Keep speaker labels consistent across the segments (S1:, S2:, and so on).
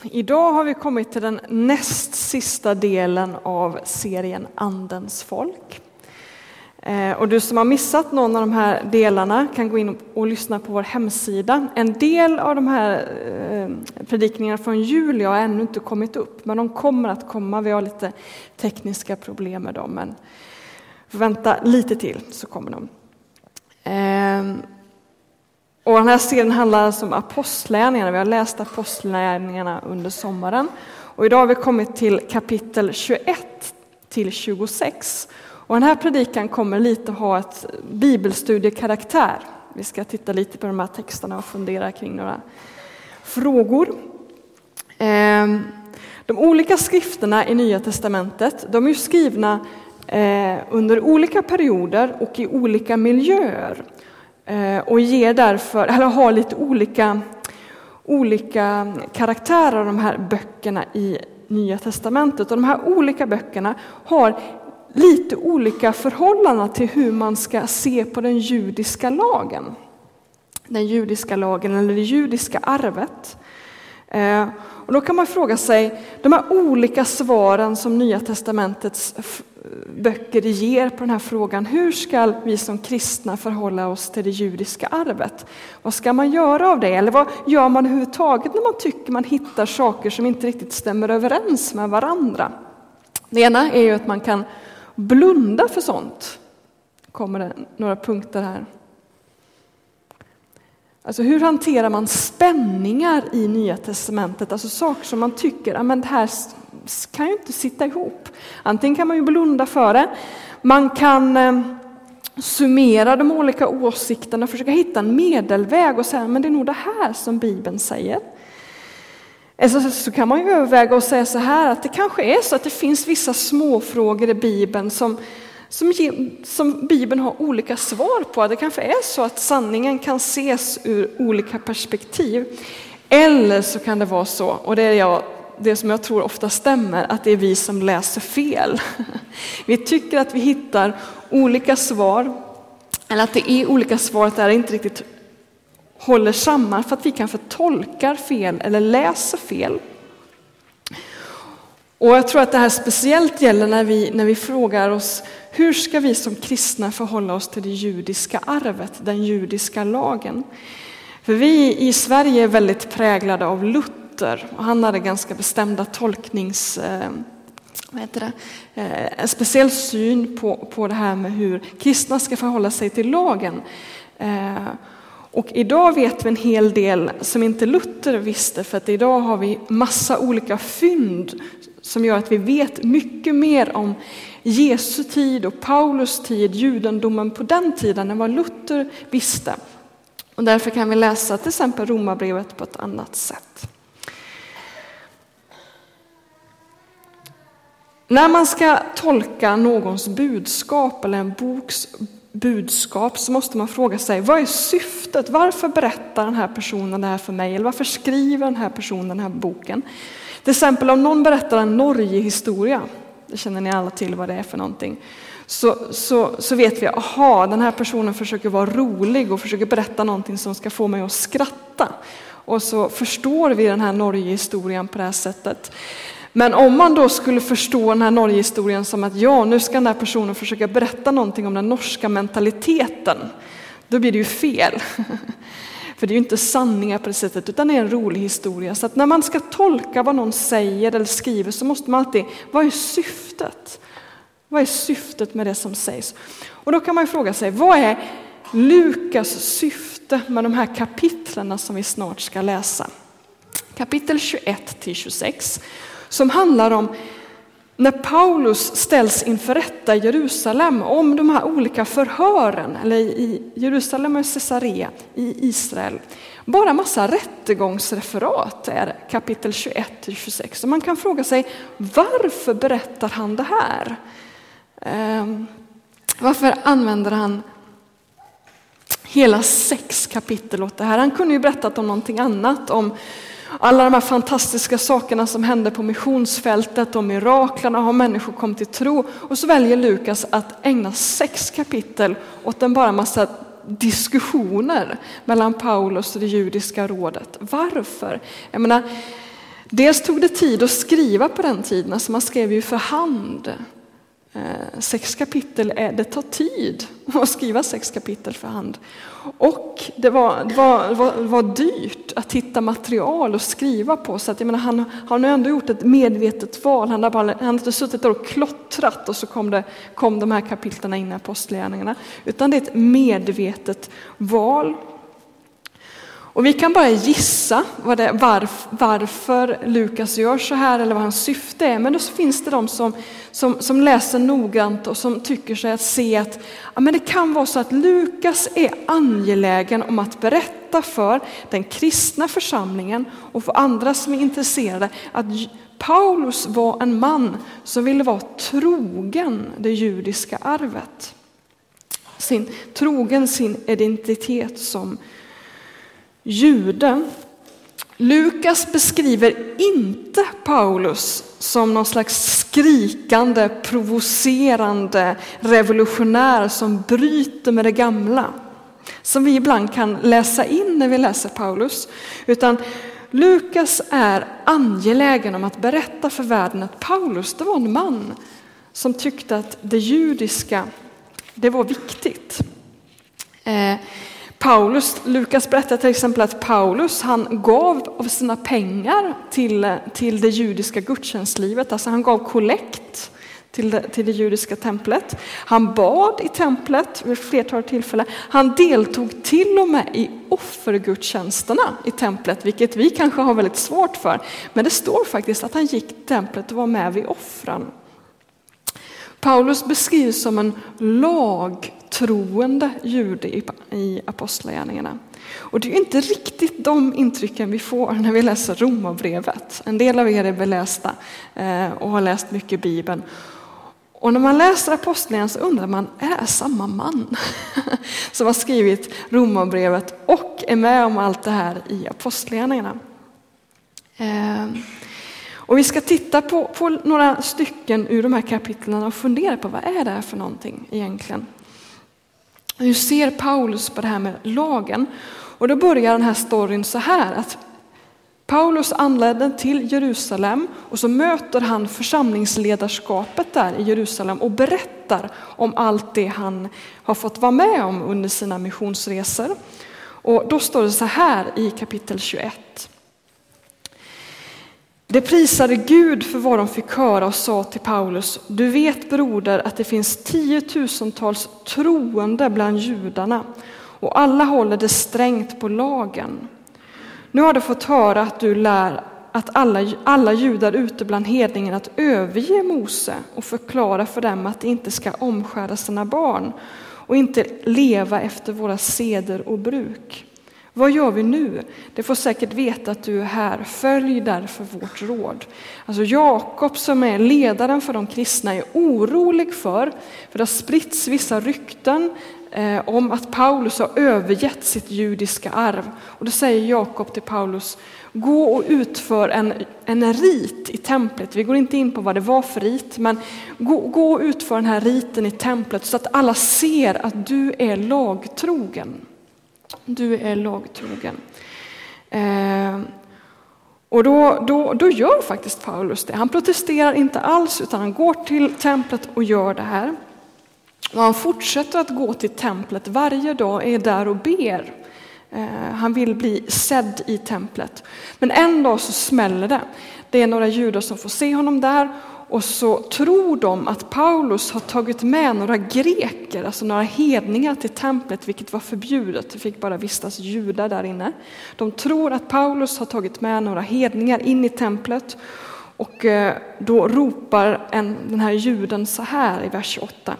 S1: Idag har vi kommit till den näst sista delen av serien Andens folk. Och du som har missat någon av de här delarna kan gå in och lyssna på vår hemsida. En del av de här predikningarna från juli har ännu inte kommit upp, men de kommer att komma. Vi har lite tekniska problem med dem, men vänta lite till så kommer de. Och den här serien handlar alltså om apostlagärningarna. Vi har läst apostlagärningarna under sommaren. Och idag har vi kommit till kapitel 21 till 26. Och den här predikan kommer lite ha ett bibelstudiekaraktär. Vi ska titta lite på de här texterna och fundera kring några frågor. De olika skrifterna i Nya testamentet, de är ju skrivna under olika perioder och i olika miljöer. Och ger därför, eller har lite olika karaktärer av de här böckerna i Nya testamentet. Och de här olika böckerna har lite olika förhållanden till hur man ska se på den judiska lagen. Den judiska lagen eller det judiska arvet. Och då kan man fråga sig, de här olika svaren som Nya testamentets böcker ger på den här frågan, hur ska vi som kristna förhålla oss till det judiska arvet? Vad ska man göra av det? Eller vad gör man överhuvudtaget när man tycker man hittar saker som inte riktigt stämmer överens med varandra? Det ena är ju att man kan blunda för sånt. Kommer det några punkter här. Alltså hur hanterar man spänningar i Nya testamentet? Alltså saker som man tycker, men det här kan ju inte sitta ihop. Antingen kan man ju blunda för det. Man kan summera de olika åsikterna och försöka hitta en medelväg och säga, men det är nog det här som Bibeln säger. Eller så kan man ju överväga och säga så här, att det kanske är så att det finns vissa småfrågor i Bibeln som Bibeln har olika svar på. Det kanske är så att sanningen kan ses ur olika perspektiv. Eller så kan det vara så, och det som jag tror ofta stämmer, att det är vi som läser fel. Vi tycker att vi hittar olika svar, eller att det är olika svar, att det inte riktigt håller samman för att vi kanske tolkar fel eller läser fel. Och jag tror att det här speciellt gäller när vi frågar oss, hur ska vi som kristna förhålla oss till det judiska arvet, den judiska lagen? För vi i Sverige är väldigt präglade av Luther, och han hade ganska bestämda en speciell syn på det här med hur kristna ska förhålla sig till lagen. Och idag vet vi en hel del som inte Luther visste, för att idag har vi massa olika fynd som gör att vi vet mycket mer om Jesu tid och Paulus tid, judendomen på den tiden, än vad Luther visste. Och därför kan vi läsa till exempel Romarbrevet på ett annat sätt. När man ska tolka någons budskap eller en boks budskap så måste man fråga sig, vad är syftet? Varför berättar den här personen det här för mig? Eller varför skriver den här personen den här boken? Till exempel om någon berättar en Norge-historia, det känner ni alla till vad det är för någonting, så vet vi, den här personen försöker vara rolig och försöker berätta någonting som ska få mig att skratta. Och så förstår vi den här Norge-historien på det här sättet. Men om man då skulle förstå den här Norge-historien som att nu ska den här personen försöka berätta någonting om den norska mentaliteten, då blir det ju fel. För det är ju inte sanningar på det sättet, utan det är en rolig historia. Så att när man ska tolka vad någon säger eller skriver så måste man alltid, vad är syftet? Vad är syftet med det som sägs? Och då kan man ju fråga sig, vad är Lukas syfte med de här kapitlerna som vi snart ska läsa? Kapitel 21 till 26. Som handlar om när Paulus ställs inför rätta i Jerusalem om de här olika förhören, eller i Jerusalem och Caesarea i Israel. Bara massa rättegångsreferat är kapitel 21-26. Och man kan fråga sig, varför berättar han det här? Varför använder han hela 6 kapitel åt det här? Han kunde ju berättat om någonting annat, om alla de här fantastiska sakerna som hände på missionsfältet, om miraklerna, har människor kommit till tro. Och så väljer Lukas att ägna 6 kapitel åt en bara massa diskussioner mellan Paulus och det judiska rådet. Varför? Jag menar, Dels tog det tid att skriva på den tiden, alltså man skrev ju för hand. 6 kapitel, det tar tid att skriva 6 kapitel för hand. Och det var dyrt att hitta material att skriva på. Så att, jag menar, han har nu ändå gjort ett medvetet val. Han har inte suttit där och klottrat och så kom de här kapitlerna in i apostlagärningarna. Utan det är ett medvetet val. Och vi kan bara gissa varför Lukas gör så här eller vad hans syfte är. Men då finns det de som läser noggrant och som tycker sig att se att men det kan vara så att Lukas är angelägen om att berätta för den kristna församlingen och för andra som är intresserade att Paulus var en man som ville vara trogen det judiska arvet. Trogen sin identitet som jude. Lukas beskriver inte Paulus som någon slags skrikande, provocerande revolutionär som bryter med det gamla. Som vi ibland kan läsa in när vi läser Paulus. Utan Lukas är angelägen om att berätta för världen att Paulus, det var en man som tyckte att det judiska, det var viktigt. Lukas berättar till exempel att Paulus, han gav av sina pengar till det judiska gudstjänstlivet. Alltså han gav kollekt till det judiska templet. Han bad i templet vid flertal tillfällen. Han deltog till och med i offergudstjänsterna i templet, vilket vi kanske har väldigt svårt för. Men det står faktiskt att han gick till templet och var med vid offren. Paulus beskrivs som en lagtroende jude i apostlagärningarna. Och det är inte riktigt de intrycken vi får när vi läser Romarbrevet. En del av er är belästa och har läst mycket Bibeln. Och när man läser apostlagärningarna så undrar man, är det samma man som har skrivit Romarbrevet och är med om allt det här i apostlagärningarna? Och vi ska titta på några stycken ur de här kapitlen och fundera på vad är det här för någonting egentligen. Hur ser Paulus på det här med lagen? Och då börjar den här storyn så här att Paulus anlände till Jerusalem och så möter han församlingsledarskapet där i Jerusalem och berättar om allt det han har fått vara med om under sina missionsresor. Och då står det så här i kapitel 21. Det prisade Gud för vad de fick höra och sa till Paulus: du vet, broder, att det finns 10 000-tals troende bland judarna och alla håller det strängt på lagen. Nu har du fått höra att du lär att alla judar ute bland hedningarna att överge Mose och förklara för dem att de inte ska omskära sina barn och inte leva efter våra seder och bruk. Vad gör vi nu? Det får säkert veta att du är här. Följ därför vårt råd. Alltså Jakob, som är ledaren för de kristna, är orolig för det har spritts vissa rykten om att Paulus har övergett sitt judiska arv. Och då säger Jakob till Paulus: gå och utför en rit i templet. Vi går inte in på vad det var för rit, men gå och utför den här riten i templet så att alla ser att du är lagtrogen. Du är lagtrogen. Och då gör faktiskt Paulus det. Han protesterar inte alls, utan han går till templet och gör det här. Och han fortsätter att gå till templet varje dag, är där och ber. Han vill bli sedd i templet. Men en dag så smäller det. Det är några judar som får se honom där. Och så tror de att Paulus har tagit med några greker, alltså några hedningar till templet, vilket var förbjudet. Det fick bara vistas judar där inne. De tror att Paulus har tagit med några hedningar in i templet. Och då ropar den här juden så här i vers 8.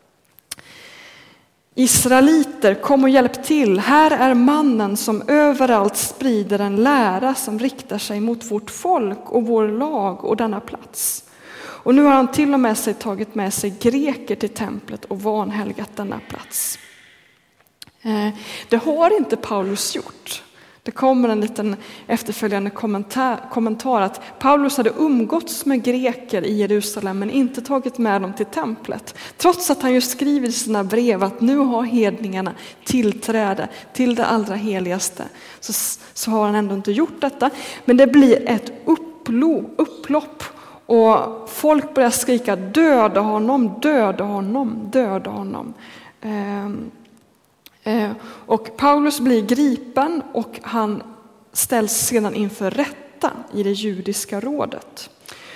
S1: Israeliter, kom och hjälp till. Här är mannen som överallt sprider en lära som riktar sig mot vårt folk och vår lag och denna plats. Och nu har han till och med tagit med sig greker till templet och vanhelgat denna plats. Det har inte Paulus gjort. Det kommer en liten efterföljande kommentar att Paulus hade umgåtts med greker i Jerusalem men inte tagit med dem till templet. Trots att han ju skriver i sina brev att nu har hedningarna tillträde till det allra heligaste, så har han ändå inte gjort detta. Men det blir ett uppror upplopp och folk börjar skrika döda honom, döda honom, döda honom. Och Paulus blir gripen och han ställs sedan inför rätta i det judiska rådet.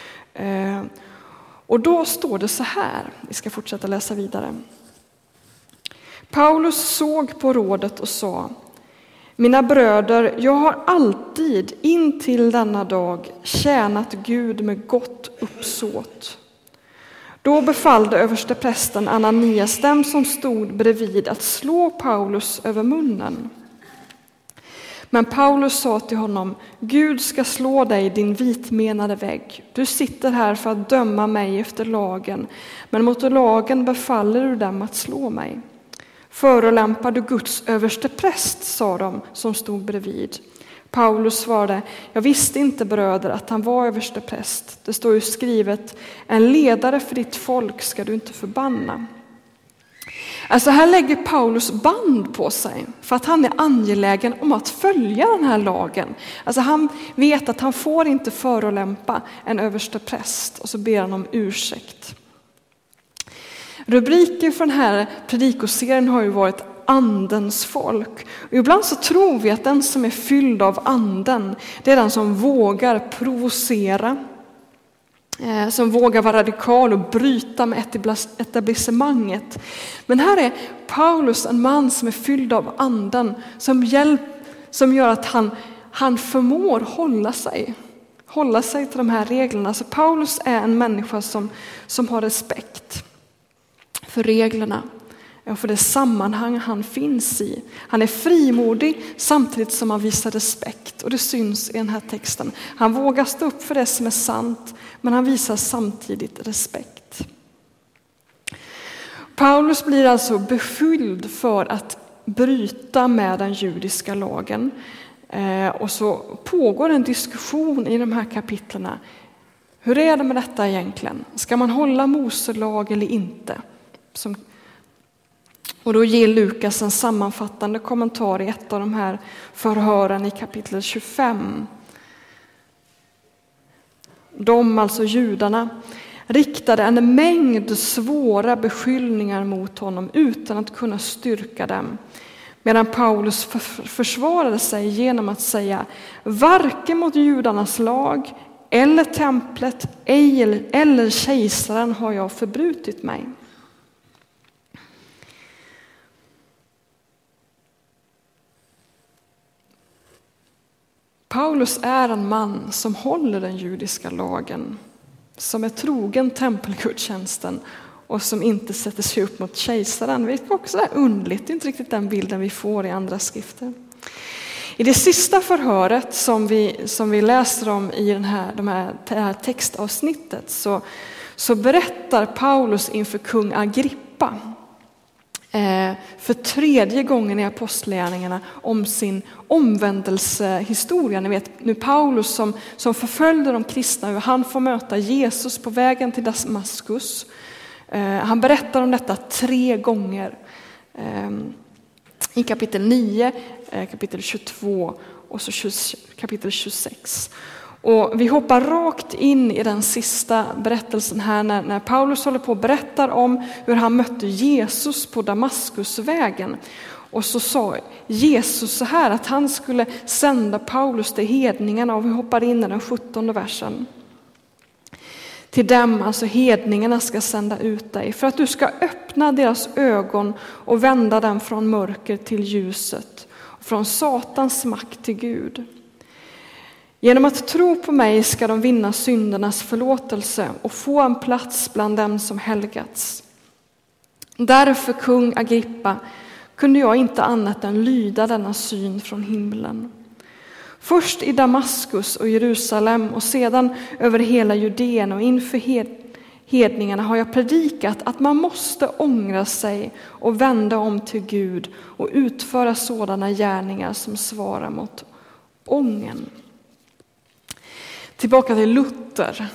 S1: Och då står det så här, vi ska fortsätta läsa vidare. Paulus såg på rådet och sa: mina bröder, jag har alltid in till denna dag tjänat Gud med gott uppsåt. Då befallde översteprästen Ananias dem som stod bredvid att slå Paulus över munnen. Men Paulus sa till honom: Gud ska slå dig, din vitmenade vägg. Du sitter här för att döma mig efter lagen, men mot lagen befaller du dem att slå mig. Förolämpar du Guds överstepräst, sa de som stod bredvid. Paulus svarade: jag visste inte, bröder, att han var överstepräst. Det står ju skrivet: en ledare för ditt folk ska du inte förbanna. Alltså här lägger Paulus band på sig för att han är angelägen om att följa den här lagen. Alltså han vet att han får inte förolämpa en överstepräst, och så ber han om ursäkt. Rubriken för den här predikoserien har ju varit andens folk. Och ibland så tror vi att den som är fylld av anden, det är den som vågar provocera, som vågar vara radikal och bryta med etablissemanget. Men här är Paulus en man som är fylld av anden, som gör att han förmår hålla sig till de här reglerna. Så Paulus är en människa som har respekt för reglerna och för det sammanhang han finns i. Han är frimodig samtidigt som han visar respekt, och det syns i den här texten. Han vågar stå upp för det som är sant, men han visar samtidigt respekt. Paulus blir alltså beskylld för att bryta med den judiska lagen. Och så pågår en diskussion i de här kapitlerna. Hur är det med detta egentligen? Ska man hålla Mose lag eller inte? Och då ger Lukas en sammanfattande kommentar i ett av de här förhören i kapitel 25. De, alltså judarna, riktade en mängd svåra beskyllningar mot honom utan att kunna styrka dem. Medan Paulus försvarade sig genom att säga: varken mot judarnas lag eller templet eller kejsaren har jag förbrutit mig. Paulus är en man som håller den judiska lagen, som är trogen tempelgudstjänsten och som inte sätter sig upp mot kejsaren. Det är också underligt, det är inte riktigt den bilden vi får i andra skrifter. I det sista förhöret som vi läser om i det här textavsnittet så berättar Paulus inför kung Agrippa för tredje gången i apostlagärningarna om sin omvändelsehistoria. Ni vet nu Paulus som förföljde de kristna, hur han får möta Jesus på vägen till Damaskus. Han berättar om detta 3 gånger i kapitel 9, kapitel 22 och så kapitel 26. Och vi hoppar rakt in i den sista berättelsen här när Paulus håller på och berättar om hur han mötte Jesus på Damaskusvägen. Och så sa Jesus så här att han skulle sända Paulus till hedningarna, och vi hoppar in i den 17:e versen. Till dem, alltså hedningarna, ska sända ut dig för att du ska öppna deras ögon och vända dem från mörker till ljuset och från Satans makt till Gud. Genom att tro på mig ska de vinna syndernas förlåtelse och få en plats bland dem som helgats. Därför, kung Agrippa, kunde jag inte annat än lyda denna syn från himlen. Först i Damaskus och Jerusalem och sedan över hela Judeen och inför hedningarna har jag predikat att man måste ångra sig och vända om till Gud och utföra sådana gärningar som svarar mot ången. Tillbaka till Luther.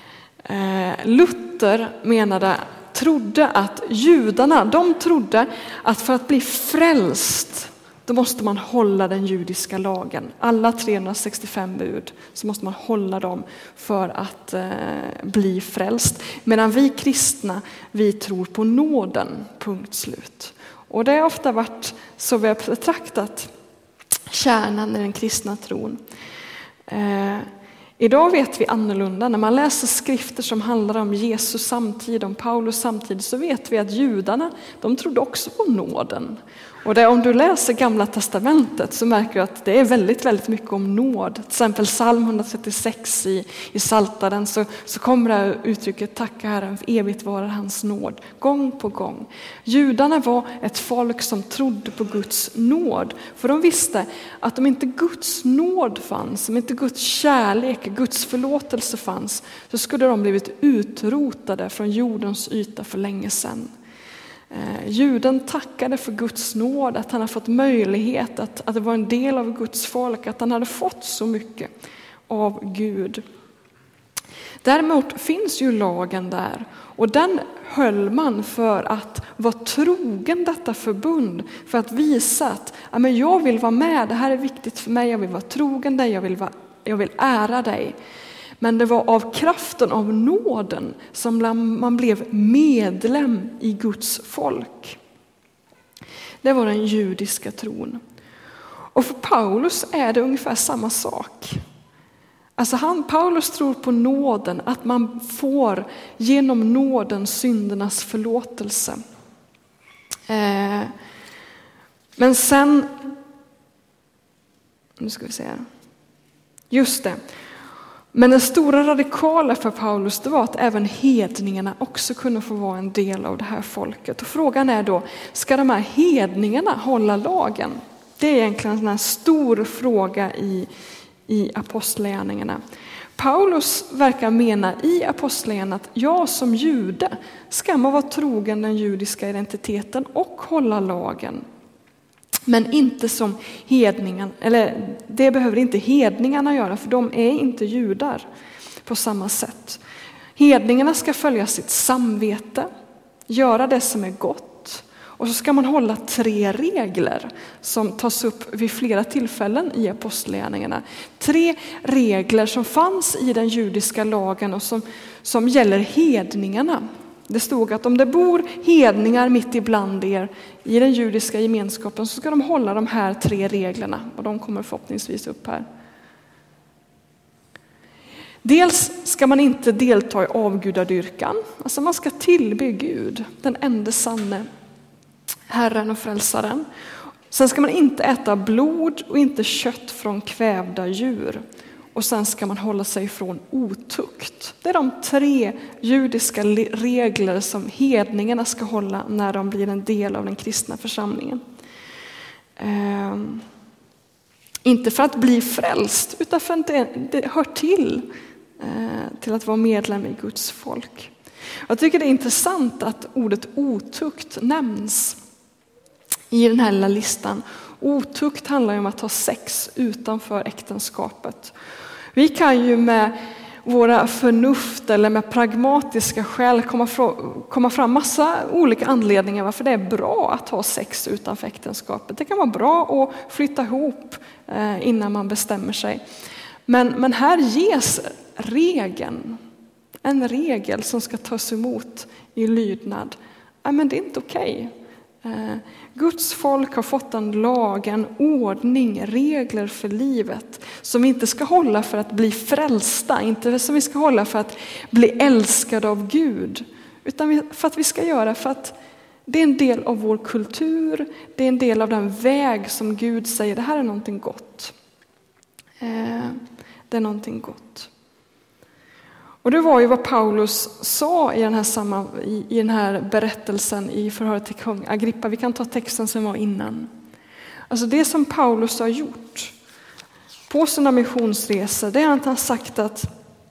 S1: Luther trodde att judarna, de trodde att för att bli frälst då måste man hålla den judiska lagen. Alla 365 bud, så måste man hålla dem för att bli frälst. Medan vi kristna, vi tror på nåden, punkt slut. Och det har ofta varit så vi har betraktat kärnan i den kristna tron. Idag vet vi annorlunda. När man läser skrifter som handlar om Jesus samtid, om Paulus samtid, så vet vi att judarna, de trodde också på nåden. Och om du läser Gamla testamentet så märker du att det är väldigt, väldigt mycket om nåd. Till exempel psalm 136 i Psaltaren så kommer det här uttrycket tacka Herren för evigt vara hans nåd. Gång på gång. Judarna var ett folk som trodde på Guds nåd. För de visste att om inte Guds nåd fanns, om inte Guds kärlek, Guds förlåtelse fanns, så skulle de blivit utrotade från jordens yta för länge sedan. Juden tackade för Guds nåd, att han har fått möjlighet att vara en del av Guds folk, att han hade fått så mycket av Gud. Däremot finns ju lagen där, och den höll man för att vara trogen detta förbund, för att visa att jag vill vara med, det här är viktigt för mig, jag vill vara trogen dig, jag vill ära dig. Men det var av kraften av nåden som man blev medlem i Guds folk. Det var den judiska tron. Och för Paulus är det ungefär samma sak. Alltså Paulus tror på nåden, att man får genom nåden syndernas förlåtelse. Men sen, nu ska vi se här. Just det. Men den stora radikala för Paulus, det var att även hedningarna också kunde få vara en del av det här folket. Och frågan är då, ska de här hedningarna hålla lagen? Det är egentligen en stor fråga i apostlagärningarna. Paulus verkar mena i apostlagärningarna att jag som jude ska man vara trogen den judiska identiteten och hålla lagen. Men inte som hedningen, eller det behöver inte hedningarna göra, för de är inte judar på samma sätt. Hedningarna ska följa sitt samvete, göra det som är gott, och så ska man hålla 3 regler som tas upp vid flera tillfällen i apostlagärningarna. 3 regler som fanns i den judiska lagen och som gäller hedningarna. Det stod att om det bor hedningar mitt ibland er i den judiska gemenskapen, så ska de hålla de här 3 reglerna, och de kommer förhoppningsvis upp här. Dels ska man inte delta i avgudadyrkan, alltså man ska tillbe Gud, den enda sanne Herren och frälsaren. Sen ska man inte äta blod och inte kött från kvävda djur. Och sen ska man hålla sig från otukt. Det är de 3 judiska regler som hedningarna ska hålla när de blir en del av den kristna församlingen. Inte för att bli frälst, utan för att det hör till att vara medlem i Guds folk. Jag tycker det är intressant att ordet otukt nämns i den här lilla listan. Otukt handlar ju om att ha sex utanför äktenskapet. Vi kan ju med våra förnuft eller med pragmatiska skäl komma fram massa olika anledningar varför det är bra att ha sex utanför äktenskapet. Det kan vara bra att flytta ihop innan man bestämmer sig. Men här ges regeln, en regel som ska tas emot i lydnad. Men det är inte okej. Guds folk har fått en lag, en ordning, regler för livet som vi inte ska hålla för att bli frälsta, inte som vi ska hålla för att bli älskade av Gud, utan för att vi ska göra för att det är en del av vår kultur, det är en del av den väg som Gud säger, det här är någonting gott. Det är någonting gott. Och det var ju vad Paulus sa i den här berättelsen i förhöret till kung Agrippa. Vi kan ta texten som var innan. Alltså det som Paulus har gjort på sina missionsresor, det är att han sagt att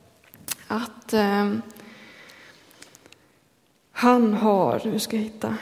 S1: han har, hur ska jag hitta?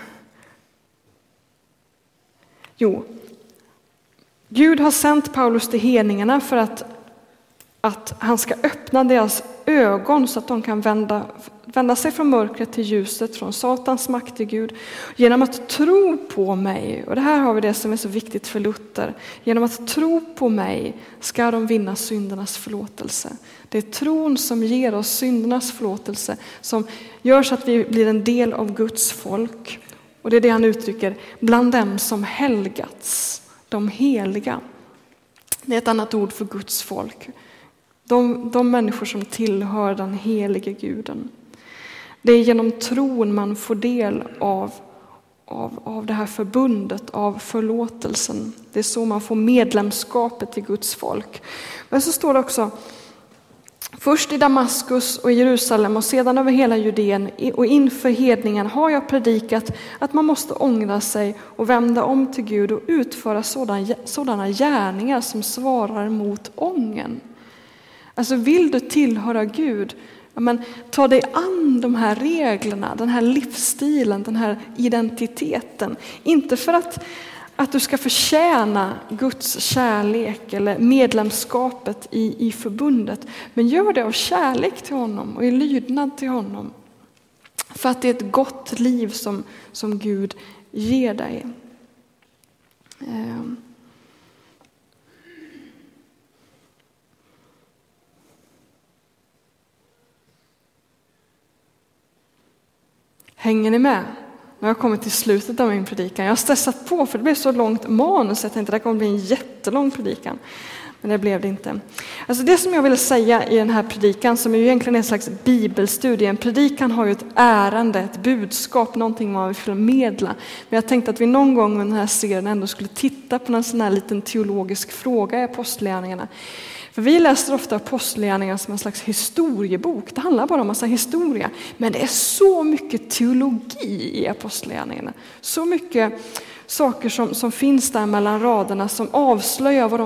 S1: Gud har sänt Paulus till hedningarna för att han ska öppna deras ögon så att de kan vända vända sig från mörkret till ljuset, från Satans makt till Gud. Genom att tro på mig, och det här har vi det som är så viktigt för Luther. Genom att tro på mig ska de vinna syndernas förlåtelse. Det är tron som ger oss syndernas förlåtelse, som gör så att vi blir en del av Guds folk. Och det är det han uttrycker, bland dem som helgats, de heliga. Det är ett annat ord för Guds folk. De människor som tillhör den helige guden. Det är genom tron man får del av det här förbundet, av förlåtelsen. Det är så man får medlemskapet i Guds folk. Men så står det också, först i Damaskus och i Jerusalem och sedan över hela Judeen och inför hedningen har jag predikat att man måste ångra sig och vända om till Gud och utföra sådana gärningar som svarar mot ången. Alltså vill du tillhöra Gud, men ta dig an de här reglerna, den här livsstilen, den här identiteten. Inte för att du ska förtjäna Guds kärlek eller medlemskapet i förbundet. Men gör det av kärlek till honom och i lydnad till honom. För att det är ett gott liv som Gud ger dig. Hänger ni med? Nu har jag kommit till slutet av min predikan. Jag har stressat på för det blev så långt manus. Jag tänkte att det kommer bli en jättelång predikan. Men det blev det inte. Alltså det som jag vill säga i den här predikan, som är ju egentligen en slags bibelstudie. En predikan har ju ett ärende, ett budskap, någonting man vill förmedla. Men jag tänkte att vi någon gång med den här serien ändå skulle titta på en sån här liten teologisk fråga i apostlagärningarna. För vi läser ofta apostlagärningarna som en slags historiebok. Det handlar bara om massa historia. Men det är så mycket teologi i apostlagärningarna. Så mycket saker som finns där mellan raderna som avslöjar vad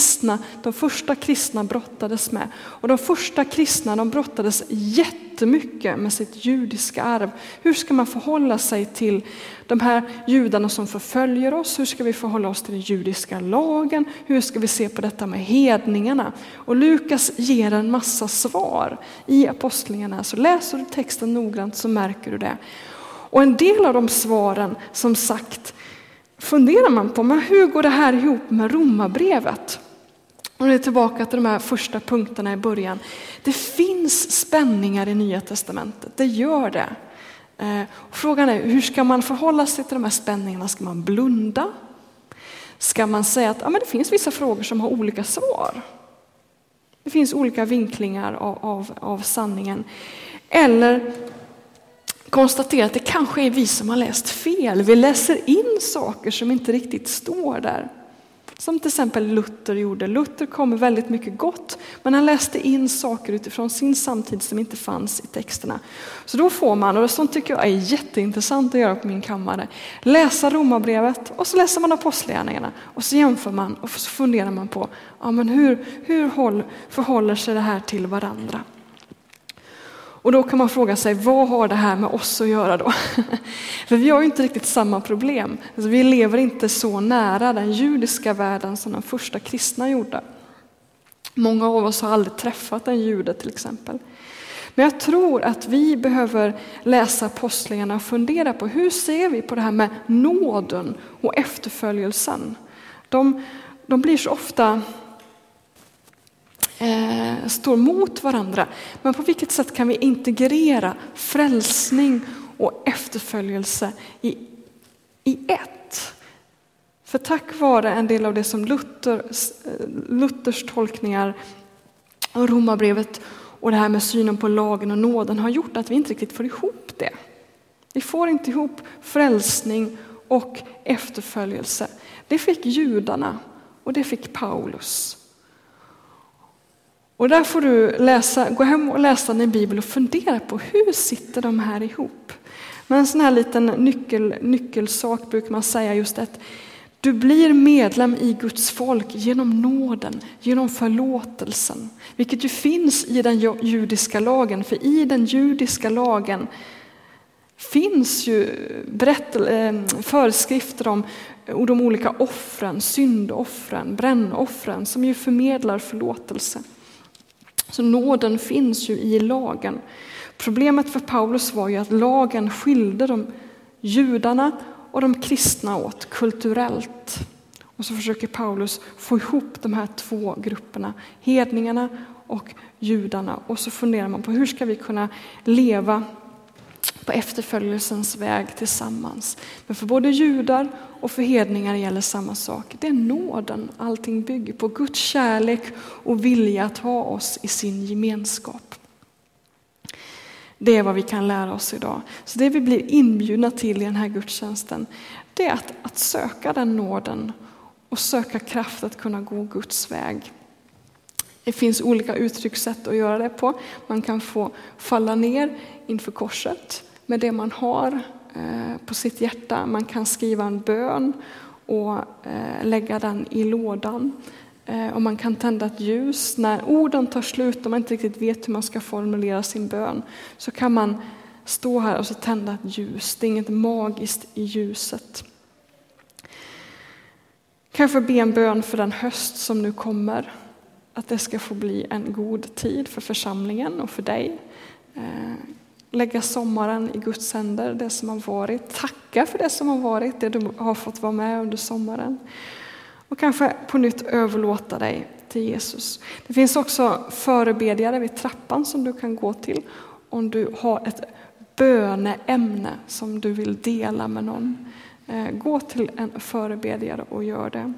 S1: de första kristna brottades med. Och de första kristna, de brottades jättemycket med sitt judiska arv. Hur ska man förhålla sig till de här judarna som förföljer oss? Hur ska vi förhålla oss till den judiska lagen? Hur ska vi se på detta med hedningarna? Och Lukas ger en massa svar i apostlingarna. Så läser du texten noggrant så märker du det. Och en del av de svaren, som sagt, funderar man på, men hur går det här ihop med Romarbrevet? Och nu är tillbaka till de här första punkterna i början. Det finns spänningar i Nya testamentet, det gör det. Och frågan är, hur ska man förhålla sig till de här spänningarna? Ska man blunda? Ska man säga att men det finns vissa frågor som har olika svar? Det finns olika vinklingar av sanningen. Eller konstatera att det kanske är vi som har läst fel. Vi läser in saker som inte riktigt står där. Som till exempel Luther gjorde. Luther kom med väldigt mycket gott, men han läste in saker utifrån sin samtid som inte fanns i texterna. Så då får man, och sånt tycker jag är jätteintressant att göra på min kammare, läsa Romarbrevet och så läser man apostlagärningarna och så jämför man och så funderar man på men hur förhåller sig det här till varandra. Och då kan man fråga sig, vad har det här med oss att göra då? För vi har ju inte riktigt samma problem. Alltså, vi lever inte så nära den judiska världen som de första kristna gjorde. Många av oss har aldrig träffat en jude till exempel. Men jag tror att vi behöver läsa apostlingarna och fundera på hur ser vi på det här med nåden och efterföljelsen. De blir så ofta står mot varandra. Men på vilket sätt kan vi integrera frälsning och efterföljelse i ett? För tack vare en del av det som Luthers tolkningar och Romarbrevet och det här med synen på lagen och nåden har gjort att vi inte riktigt får ihop det. Vi får inte ihop frälsning och efterföljelse. Det fick judarna och det fick Paulus. Och där får du gå hem och läsa din bibel och fundera på hur sitter de här ihop. Men en sån här liten nyckelsak brukar man säga just att du blir medlem i Guds folk genom nåden, genom förlåtelsen. Vilket ju finns i den judiska lagen, för i den judiska lagen finns ju föreskrifter om de olika offren, syndoffren, brännoffren som ju förmedlar förlåtelse. Så nåden finns ju i lagen. Problemet för Paulus var ju att lagen skilde de judarna och de kristna åt kulturellt. Och så försöker Paulus få ihop de här två grupperna, hedningarna och judarna. Och så funderar man på hur ska vi kunna leva på efterföljelsens väg tillsammans. Men för både judar och för hedningar gäller samma sak. Det är nåden allting bygger på. Guds kärlek och vilja att ha oss i sin gemenskap. Det är vad vi kan lära oss idag. Så det vi blir inbjudna till i den här gudstjänsten, det är att söka den nåden och söka kraft att kunna gå Guds väg. Det finns olika uttryckssätt att göra det på. Man kan få falla ner inför korset med det man har på sitt hjärta. Man kan skriva en bön och lägga den i lådan. Och man kan tända ett ljus. När orden tar slut och man inte riktigt vet hur man ska formulera sin bön, så kan man stå här och så tända ett ljus. Det är inget magiskt i ljuset. Kanske be en bön för den höst som nu kommer. Att det ska få bli en god tid för församlingen och för dig. Lägga sommaren i Guds händer, det som har varit. Tacka för det som har varit, det du har fått vara med under sommaren. Och kanske på nytt överlåta dig till Jesus. Det finns också förebedjare vid trappan som du kan gå till om du har ett böneämne som du vill dela med någon. Gå till en förebedjare och gör det.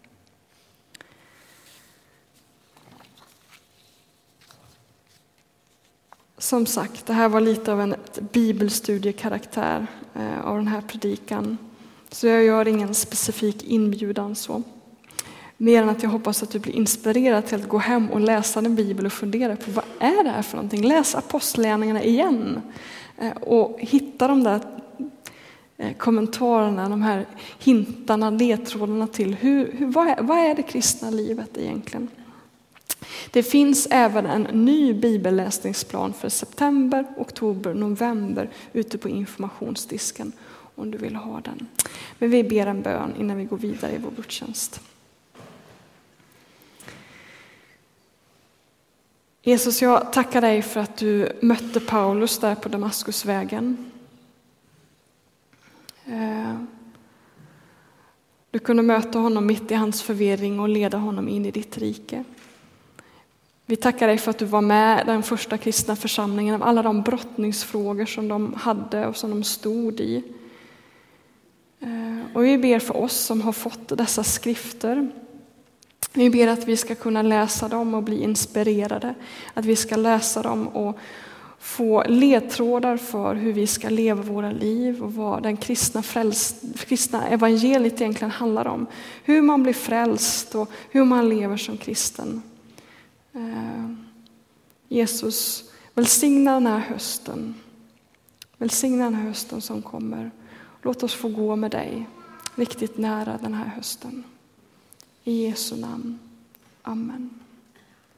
S1: Som sagt, det här var lite av en bibelstudiekaraktär av den här predikan. Så jag gör ingen specifik inbjudan så. Mer än att jag hoppas att du blir inspirerad till att gå hem och läsa en bibel och fundera på vad är det här för någonting. Läs apostlagärningarna igen och hitta de där kommentarerna, de här hintarna, ledtrådarna till vad är det kristna livet egentligen. Det finns även en ny bibelläsningsplan för september, oktober, november ute på informationsdisken om du vill ha den. Men vi ber en bön innan vi går vidare i vår gudstjänst. Jesus, jag tackar dig för att du mötte Paulus där på Damaskusvägen. Du kunde möta honom mitt i hans förvirring och leda honom in i ditt rike. Vi tackar dig för att du var med den första kristna församlingen av alla de brottningsfrågor som de hade och som de stod i. Och vi ber för oss som har fått dessa skrifter. Vi ber att vi ska kunna läsa dem och bli inspirerade. Att vi ska läsa dem och få ledtrådar för hur vi ska leva våra liv och vad den kristna evangeliet egentligen handlar om. Hur man blir frälst och hur man lever som kristen. Jesus, välsigna den här hösten. Välsigna den här hösten som kommer. Låt oss få gå med dig riktigt nära den här hösten. I Jesu namn. Amen.